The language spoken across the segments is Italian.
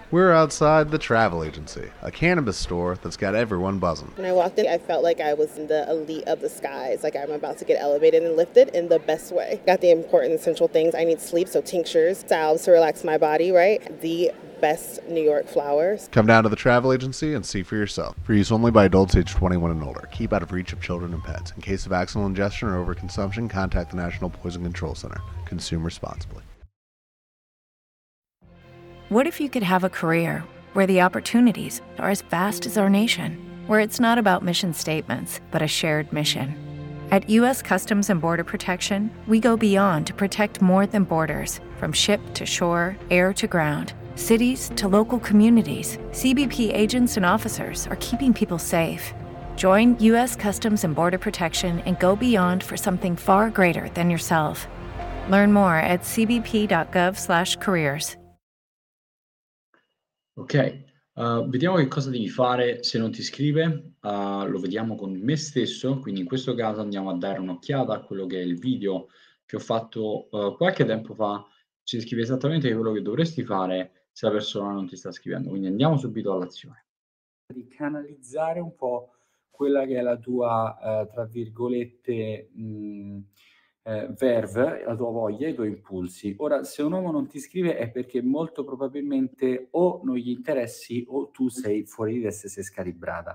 We're outside the travel agency, a cannabis store that's got everyone buzzing. When I walked in, I felt like I was in the elite of the skies, like I'm about to get elevated and lifted in the best way. Got the important essential things. I need sleep, so tinctures, salves to relax my body, right? The best New York flowers. Come down to the travel agency and see for yourself. For use only by adults age 21 and older. Keep out of reach of children and pets. In case of accidental ingestion or overconsumption, contact the National Poison Control Center. Consume responsibly. What if you could have a career where the opportunities are as vast as our nation, where it's not about mission statements, but a shared mission? At U.S. Customs and Border Protection, we go beyond to protect more than borders, from ship to shore, air to ground, cities to local communities. CBP agents and officers are keeping people safe. Join U.S. Customs and Border Protection and go beyond for something far greater than yourself. Learn more at cbp.gov/careers. Ok, vediamo che cosa devi fare se non ti iscrive. Lo vediamo con me stesso, quindi in questo caso andiamo a dare un'occhiata a quello che è il video che ho fatto qualche tempo fa. Ci descrive esattamente quello che dovresti fare se la persona non ti sta scrivendo. Quindi andiamo subito all'azione. Di canalizzare un po' quella che è la tua, tra virgolette, verve, la tua voglia, i tuoi impulsi. Ora, se un uomo non ti scrive è perché molto probabilmente o non gli interessi o tu sei fuori di testa e sei scalibrata.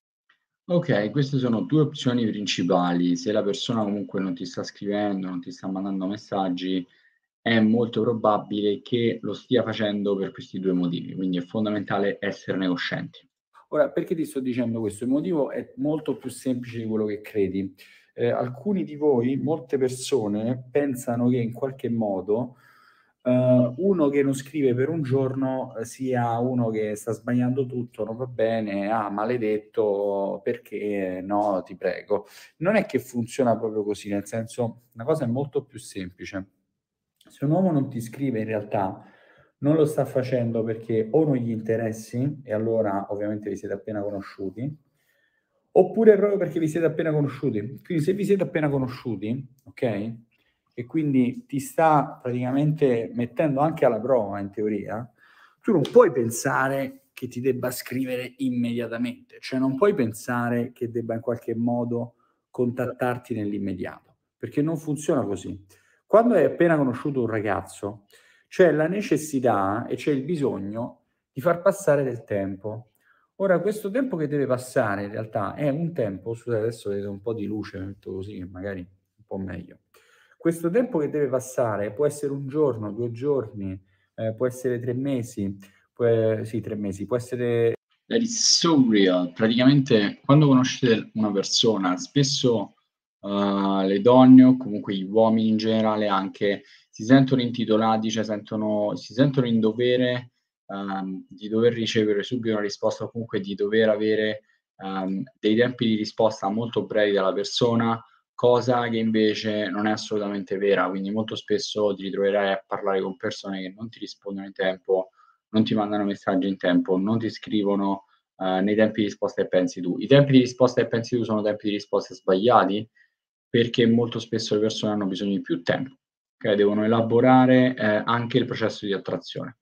Ok, queste sono due opzioni principali. Se la persona comunque non ti sta scrivendo, non ti sta mandando messaggi, è molto probabile che lo stia facendo per questi due motivi, quindi è fondamentale esserne coscienti. Ora, perché ti sto dicendo questo? Il motivo è molto più semplice di quello che credi. Alcuni di voi, molte persone, pensano che in qualche modo uno che non scrive per un giorno sia uno che sta sbagliando tutto, non va bene, maledetto, perché no, ti prego. Non è che funziona proprio così, nel senso, la cosa è molto più semplice. Se un uomo non ti scrive, in realtà non lo sta facendo perché o non gli interessi, e allora ovviamente vi siete appena conosciuti, oppure proprio perché vi siete appena conosciuti. Quindi se vi siete appena conosciuti, ok? E quindi ti sta praticamente mettendo anche alla prova, in teoria, tu non puoi pensare che ti debba scrivere immediatamente, cioè non puoi pensare che debba in qualche modo contattarti nell'immediato, perché non funziona così. Quando hai appena conosciuto un ragazzo, c'è la necessità e c'è il bisogno di far passare del tempo. Ora, questo tempo che deve passare in realtà è un tempo, scusate, adesso vedo un po' di luce, metto così, che magari un po' meglio. Questo tempo che deve passare può essere un giorno, 2 giorni, può essere 3 mesi, sì, 3 mesi, può essere... That is so real. Praticamente quando conoscete una persona, spesso le donne o comunque gli uomini in generale anche si sentono intitolati, cioè si sentono in dovere di dover ricevere subito una risposta o comunque di dover avere dei tempi di risposta molto brevi dalla persona, cosa che invece non è assolutamente vera. Quindi molto spesso ti ritroverai a parlare con persone che non ti rispondono in tempo, non ti mandano messaggi in tempo, non ti scrivono nei tempi di risposta che pensi tu. I tempi di risposta che pensi tu sono tempi di risposta sbagliati, perché molto spesso le persone hanno bisogno di più tempo, okay? Devono elaborare anche il processo di attrazione.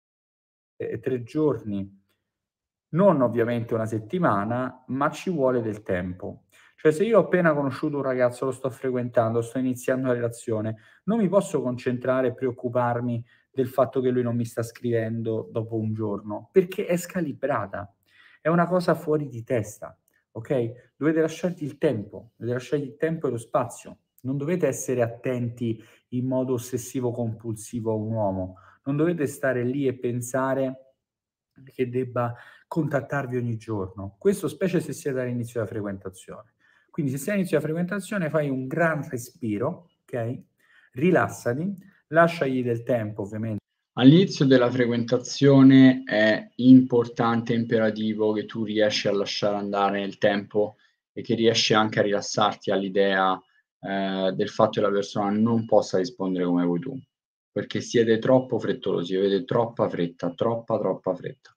3 giorni, non ovviamente una settimana, ma ci vuole del tempo. Cioè se io ho appena conosciuto un ragazzo, lo sto frequentando, sto iniziando una relazione, non mi posso concentrare e preoccuparmi del fatto che lui non mi sta scrivendo dopo un giorno, perché è scalibrata, è una cosa fuori di testa, ok? Dovete lasciarti il tempo, dovete lasciargli il tempo e lo spazio. Non dovete essere attenti in modo ossessivo compulsivo a un uomo, non dovete stare lì e pensare che debba contattarvi ogni giorno. Questo specie se siete all'inizio della frequentazione. Quindi se sei all'inizio della frequentazione fai un gran respiro, ok? Rilassati, lasciagli del tempo ovviamente. All'inizio della frequentazione è importante e imperativo che tu riesci a lasciare andare nel tempo e che riesci anche a rilassarti all'idea del fatto che la persona non possa rispondere come vuoi tu, perché siete troppo frettolosi, avete troppa fretta, troppa fretta.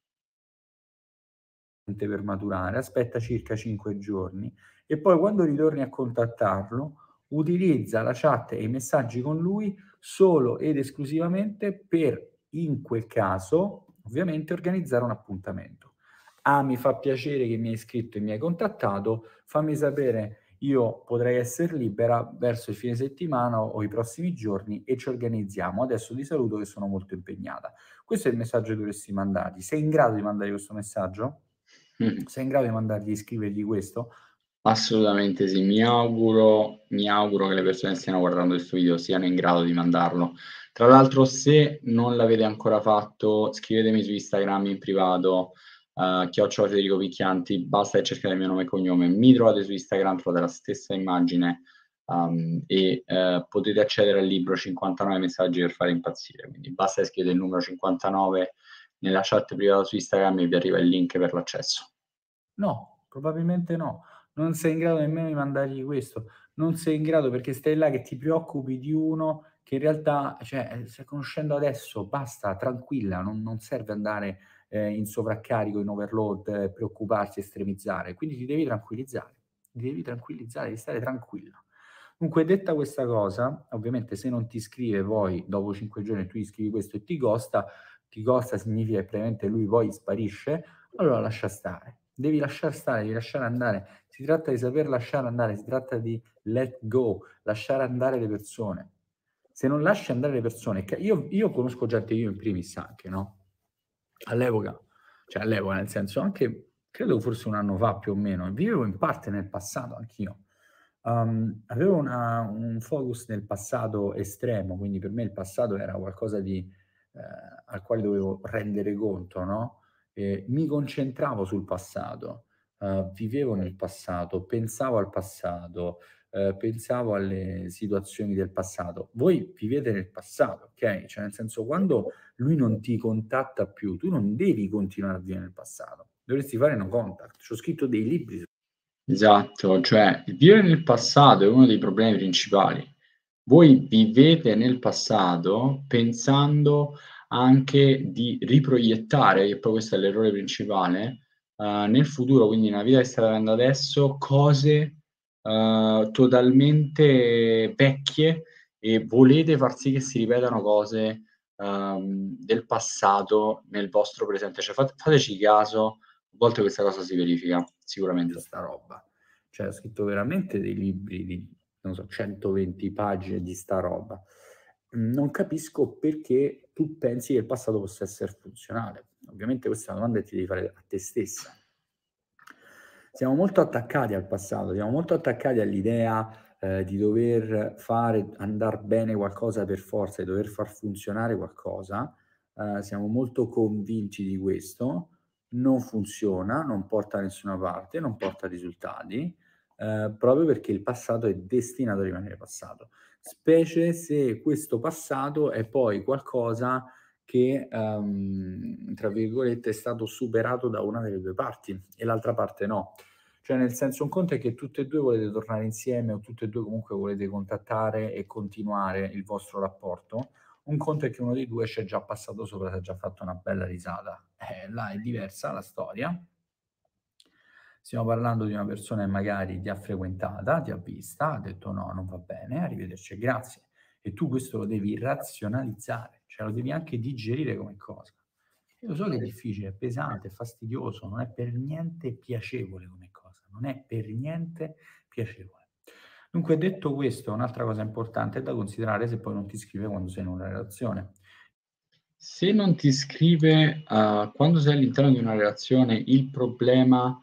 Per maturare, aspetta circa 5 giorni e poi quando ritorni a contattarlo, utilizza la chat e i messaggi con lui solo ed esclusivamente per, in quel caso, ovviamente organizzare un appuntamento. Mi fa piacere che mi hai iscritto e mi hai contattato, fammi sapere, io potrei essere libera verso il fine settimana o i prossimi giorni e ci organizziamo. Adesso ti saluto che sono molto impegnata. Questo è il messaggio che dovresti mandargli. Sei in grado di mandare questo messaggio? Sei in grado di mandargli, scrivergli questo? Assolutamente sì, mi auguro che le persone che stiano guardando questo video siano in grado di mandarlo. Tra l'altro, se non l'avete ancora fatto, scrivetemi su Instagram in privato, @Federico Picchianti, basta che cercate il mio nome e cognome. Mi trovate su Instagram, trovate la stessa immagine, e potete accedere al libro 59 messaggi per fare impazzire. Quindi basta che scrivete il numero 59 nella chat privata su Instagram e vi arriva il link per l'accesso. No, probabilmente no. Non sei in grado nemmeno di mandargli questo. Non sei in grado perché stai là che ti preoccupi di uno che in realtà, cioè, stai conoscendo adesso, basta, tranquilla, non serve andare in sovraccarico, in overload, preoccuparsi, estremizzare. Quindi ti devi tranquillizzare, devi stare tranquilla. Comunque, detta questa cosa, ovviamente se non ti scrive poi dopo 5 giorni tu gli scrivi questo e ti ghosta significa che praticamente lui poi sparisce, allora lascia stare. Devi lasciar stare, devi lasciare andare. Si tratta di saper lasciare andare, si tratta di let go, lasciare andare le persone. Se non lasci andare le persone, io conosco gente, io in primis anche, no? All'epoca, nel senso anche, credo forse un anno fa più o meno, vivevo in parte nel passato anch'io. Avevo un focus nel passato estremo, quindi per me il passato era qualcosa al quale dovevo rendere conto, no? Mi concentravo sul passato, vivevo nel passato, pensavo al passato, pensavo alle situazioni del passato. Voi vivete nel passato, ok? Cioè nel senso, quando lui non ti contatta più, tu non devi continuare a vivere nel passato, dovresti fare no contact. C'ho scritto dei libri. Esatto, cioè il vivere nel passato è uno dei problemi principali. Voi vivete nel passato pensando anche di riproiettare, che poi questo è l'errore principale, nel futuro, quindi nella vita che state avendo adesso, cose, totalmente vecchie e volete far sì che si ripetano cose, del passato nel vostro presente. Cioè fateci caso, a volte questa cosa si verifica, sicuramente. Sta roba. Cioè, ho scritto veramente dei libri di, non so, 120 pagine di sta roba. Non capisco perché tu pensi che il passato possa essere funzionale. Ovviamente questa è una domanda che ti devi fare a te stessa. Siamo molto attaccati al passato, siamo molto attaccati all'idea di dover fare andar bene qualcosa per forza, di dover far funzionare qualcosa. Siamo molto convinti di questo, non funziona, non porta da nessuna parte, non porta risultati, proprio perché il passato è destinato a rimanere passato, specie se questo passato è poi qualcosa che, tra virgolette, è stato superato da una delle due parti e l'altra parte no. Cioè, nel senso, un conto è che tutte e due volete tornare insieme o tutte e due comunque volete contattare e continuare il vostro rapporto. Un conto è che uno dei due c'è già passato sopra, si è già fatto una bella risata. Là è diversa la storia. Stiamo parlando di una persona che magari ti ha frequentata, ti ha vista, ha detto no, non va bene, arrivederci, grazie. E tu questo lo devi razionalizzare, cioè lo devi anche digerire come cosa. Io lo so che è difficile, è pesante, è fastidioso, non è per niente piacevole come cosa, non è per niente piacevole. Dunque, detto questo, un'altra cosa importante è da considerare se poi non ti scrive quando sei in una relazione. Se non ti scrive, quando sei all'interno di una relazione, il problema,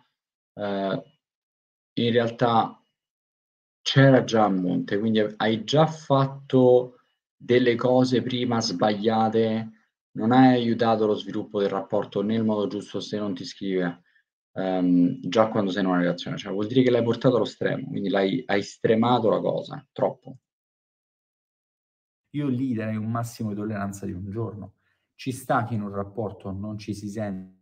in realtà c'era già a monte, quindi hai già fatto delle cose prima sbagliate, non hai aiutato lo sviluppo del rapporto nel modo giusto se non ti scrive, già quando sei in una relazione. Cioè vuol dire che l'hai portato allo stremo, quindi hai stremato la cosa, troppo. Io lì darei un massimo di tolleranza di un giorno. Ci sta che in un rapporto non ci si sente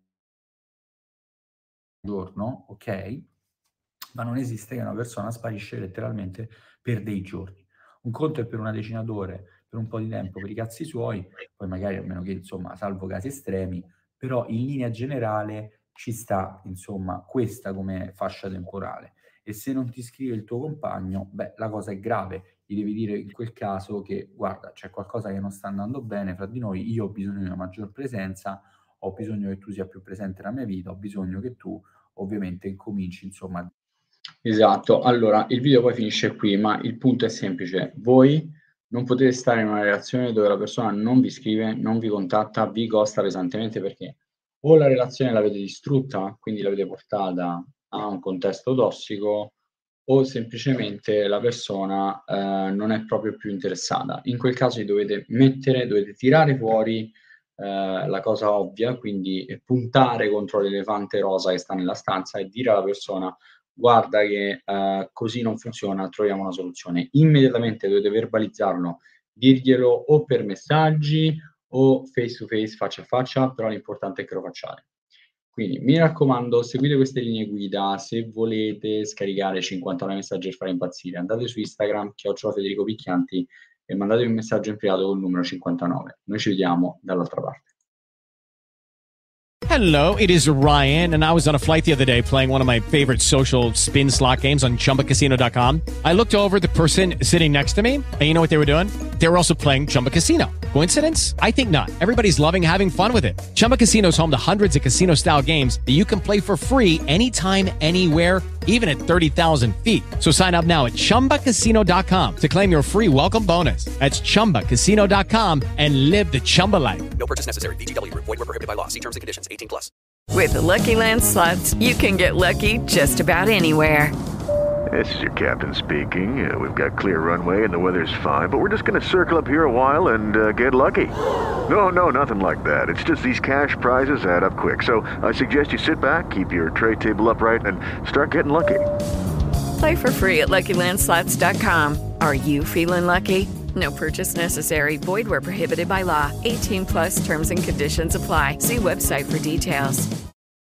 un giorno, ok? Ma non esiste che una persona sparisce letteralmente per dei giorni. Un conto è per una decina d'ore, per un po' di tempo, per i cazzi suoi, poi magari a meno che, insomma, salvo casi estremi, però in linea generale ci sta, insomma, questa come fascia temporale. E se non ti scrive il tuo compagno, beh, la cosa è grave. Gli devi dire in quel caso che, guarda, c'è qualcosa che non sta andando bene fra di noi, io ho bisogno di una maggior presenza, ho bisogno che tu sia più presente nella mia vita, ho bisogno che tu ovviamente incominci, insomma. Esatto, allora il video poi finisce qui, ma il punto è semplice: voi non potete stare in una relazione dove la persona non vi scrive, non vi contatta, vi ghosta pesantemente, perché o la relazione l'avete distrutta, quindi l'avete portata a un contesto tossico, o semplicemente la persona non è proprio più interessata. In quel caso dovete tirare fuori la cosa ovvia, quindi puntare contro l'elefante rosa che sta nella stanza e dire alla persona: guarda che così non funziona, troviamo una soluzione. Immediatamente dovete verbalizzarlo, dirglielo o per messaggi o face to face, faccia a faccia, però l'importante è che lo facciate. Quindi mi raccomando, seguite queste linee guida. Se volete scaricare 59 messaggi per fare impazzire, andate su Instagram, @FedericoPicchianti, e mandatevi un messaggio in privato col numero 59. Noi ci vediamo dall'altra parte. Hello, it is Ryan, and I was on a flight the other day playing one of my favorite social spin slot games on ChumbaCasino.com. I looked over at the person sitting next to me, and you know what they were doing? They were also playing Chumba Casino. Coincidence? I think not. Everybody's loving having fun with it. Chumba Casino is home to hundreds of casino-style games that you can play for free anytime, anywhere, even at 30,000 feet. So sign up now at ChumbaCasino.com to claim your free welcome bonus. That's ChumbaCasino.com and live the Chumba life. No purchase necessary. VGW. Void where prohibited by law. See terms and conditions. 18+. With the Lucky Land Slots, you can get lucky just about anywhere. This is your captain speaking. We've got clear runway and the weather's fine, but we're just going to circle up here a while and get lucky. No, nothing like that. It's just these cash prizes add up quick. So I suggest you sit back, keep your tray table upright, and start getting lucky. Play for free at LuckyLandSlots.com. Are you feeling lucky? No purchase necessary. Void where prohibited by law. 18+ terms and conditions apply. See website for details.